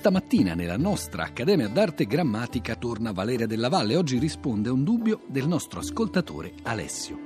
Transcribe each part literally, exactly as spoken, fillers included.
stamattina nella nostra Accademia d'Arte Grammatica torna Valeria Della Valle. Oggi risponde a un dubbio del nostro ascoltatore Alessio.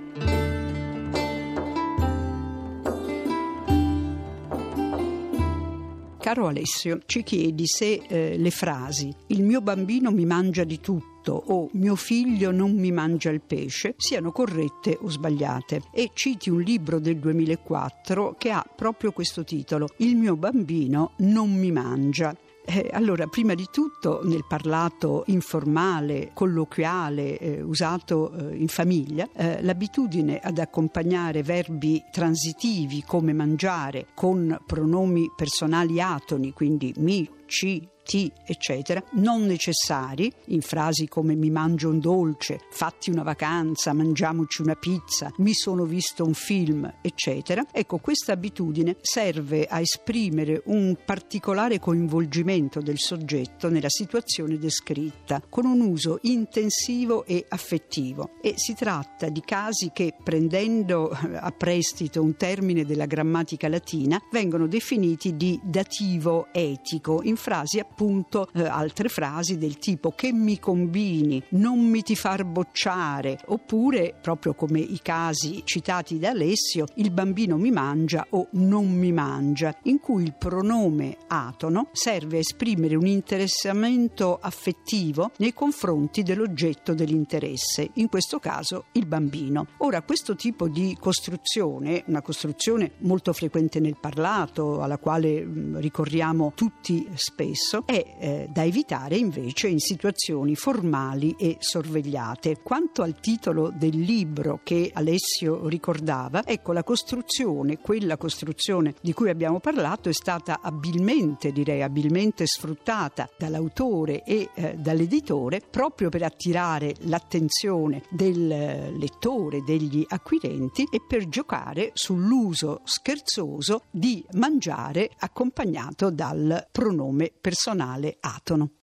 Caro Alessio, ci chiedi se eh, le frasi "il mio bambino mi mangia di tutto" o "mio figlio non mi mangia il pesce" siano corrette o sbagliate, e citi un libro del duemilaquattro che ha proprio questo titolo: "Il mio bambino non mi mangia". Eh, allora, prima di tutto, nel parlato informale, colloquiale, eh, usato eh, in famiglia, eh, l'abitudine ad accompagnare verbi transitivi come mangiare con pronomi personali atoni, quindi mi, ci, ti, eccetera, non necessari, in frasi come "mi mangio un dolce", "fatti una vacanza", "mangiamoci una pizza", "mi sono visto un film", eccetera. Ecco, questa abitudine serve a esprimere un particolare coinvolgimento del soggetto nella situazione descritta, con un uso intensivo e affettivo. E si tratta di casi che, prendendo a prestito un termine della grammatica latina, vengono definiti di dativo etico, in frasi appunto eh, altre frasi del tipo "che mi combini", "non mi ti far bocciare", oppure, proprio come i casi citati da Alessio, "il bambino mi mangia" o "non mi mangia", in cui il pronome atono serve a esprimere un interessamento affettivo nei confronti dell'oggetto dell'interesse, in questo caso il bambino. Ora, questo tipo di costruzione, una costruzione molto frequente nel parlato, alla quale mh, ricorriamo tutti spesso, è eh, da evitare invece in situazioni formali e sorvegliate. Quanto al titolo del libro che Alessio ricordava, ecco, la costruzione, quella costruzione di cui abbiamo parlato, è stata abilmente, direi abilmente sfruttata dall'autore e eh, dall'editore proprio per attirare l'attenzione del lettore, degli acquirenti, e per giocare sull'uso scherzoso di mangiare accompagnato dal pronome personale atono.